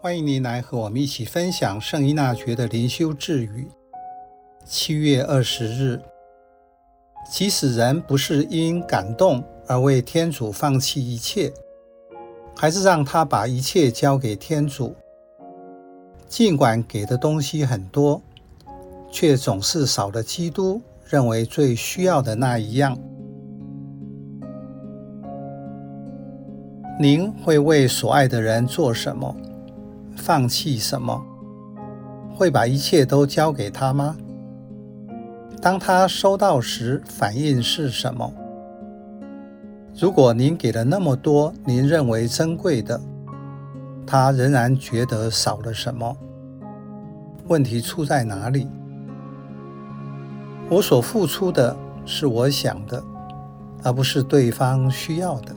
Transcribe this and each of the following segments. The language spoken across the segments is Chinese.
欢迎您来和我们一起分享圣依纳爵的灵修智语。7月20日，即使人不是因感动而为天主放弃一切，还是让他把一切交给天主。尽管给的东西很多，却总是少了基督认为最需要的那一样。您会为所爱的人做什么？放弃什么？会把一切都交给他吗？当他收到时，反应是什么？如果您给了那么多您认为珍贵的，他仍然觉得少了什么？问题出在哪里？我所付出的是我想的，而不是对方需要的。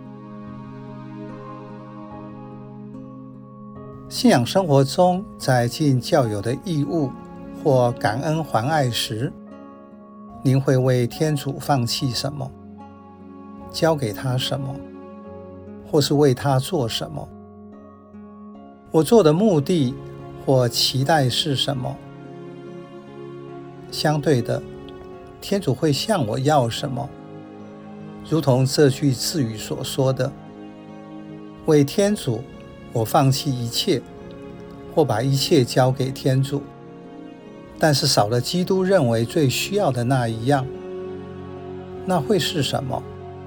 信仰生活中，在尽教友的义务或感恩还爱时，您会为天主放弃什么？交给他什么？或是为他做什么？我做的目的或期待是什么？相对的，天主会向我要什么？如同这句智语所说的，为天主我放弃一切，或把一切交给天主，但是少了基督认为最需要的那一样，那会是什么？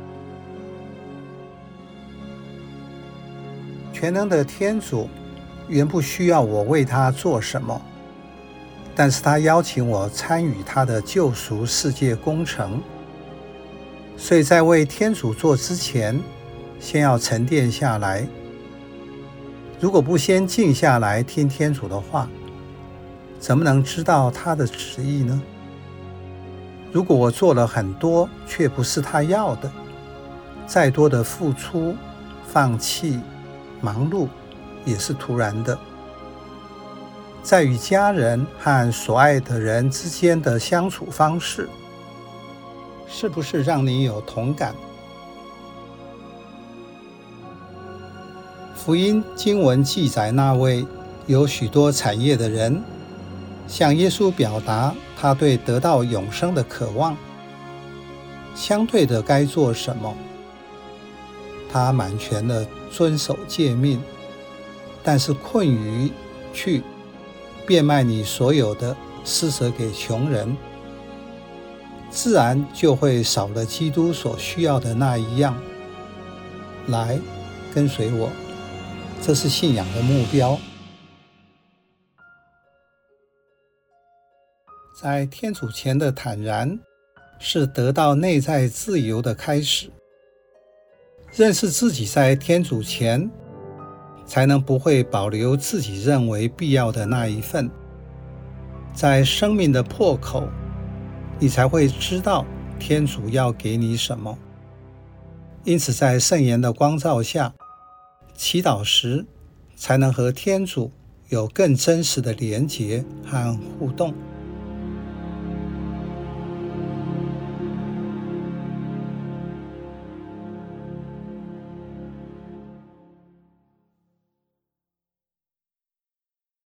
全能的天主原不需要我为他做什么，但是他邀请我参与他的救赎世界工程，所以在为天主做之前，先要沉淀下来。如果不先静下来听天主的话，怎么能知道他的旨意呢？如果我做了很多，却不是他要的，再多的付出、放弃、忙碌，也是徒然的。在与家人和所爱的人之间的相处方式，是不是让你有同感？福音经文记载那位有许多产业的人，向耶稣表达他对得到永生的渴望。相对的该做什么？他满全地遵守诫命，但是困于去变卖你所有的，施舍给穷人，自然就会少了基督所需要的那一样。来，跟随我，这是信仰的目标。在天主前的坦然，是得到内在自由的开始。认识自己在天主前，才能不会保留自己认为必要的那一份。在生命的破口，你才会知道天主要给你什么。因此在圣言的光照下，祈祷时才能和天主有更真实的连结和互动。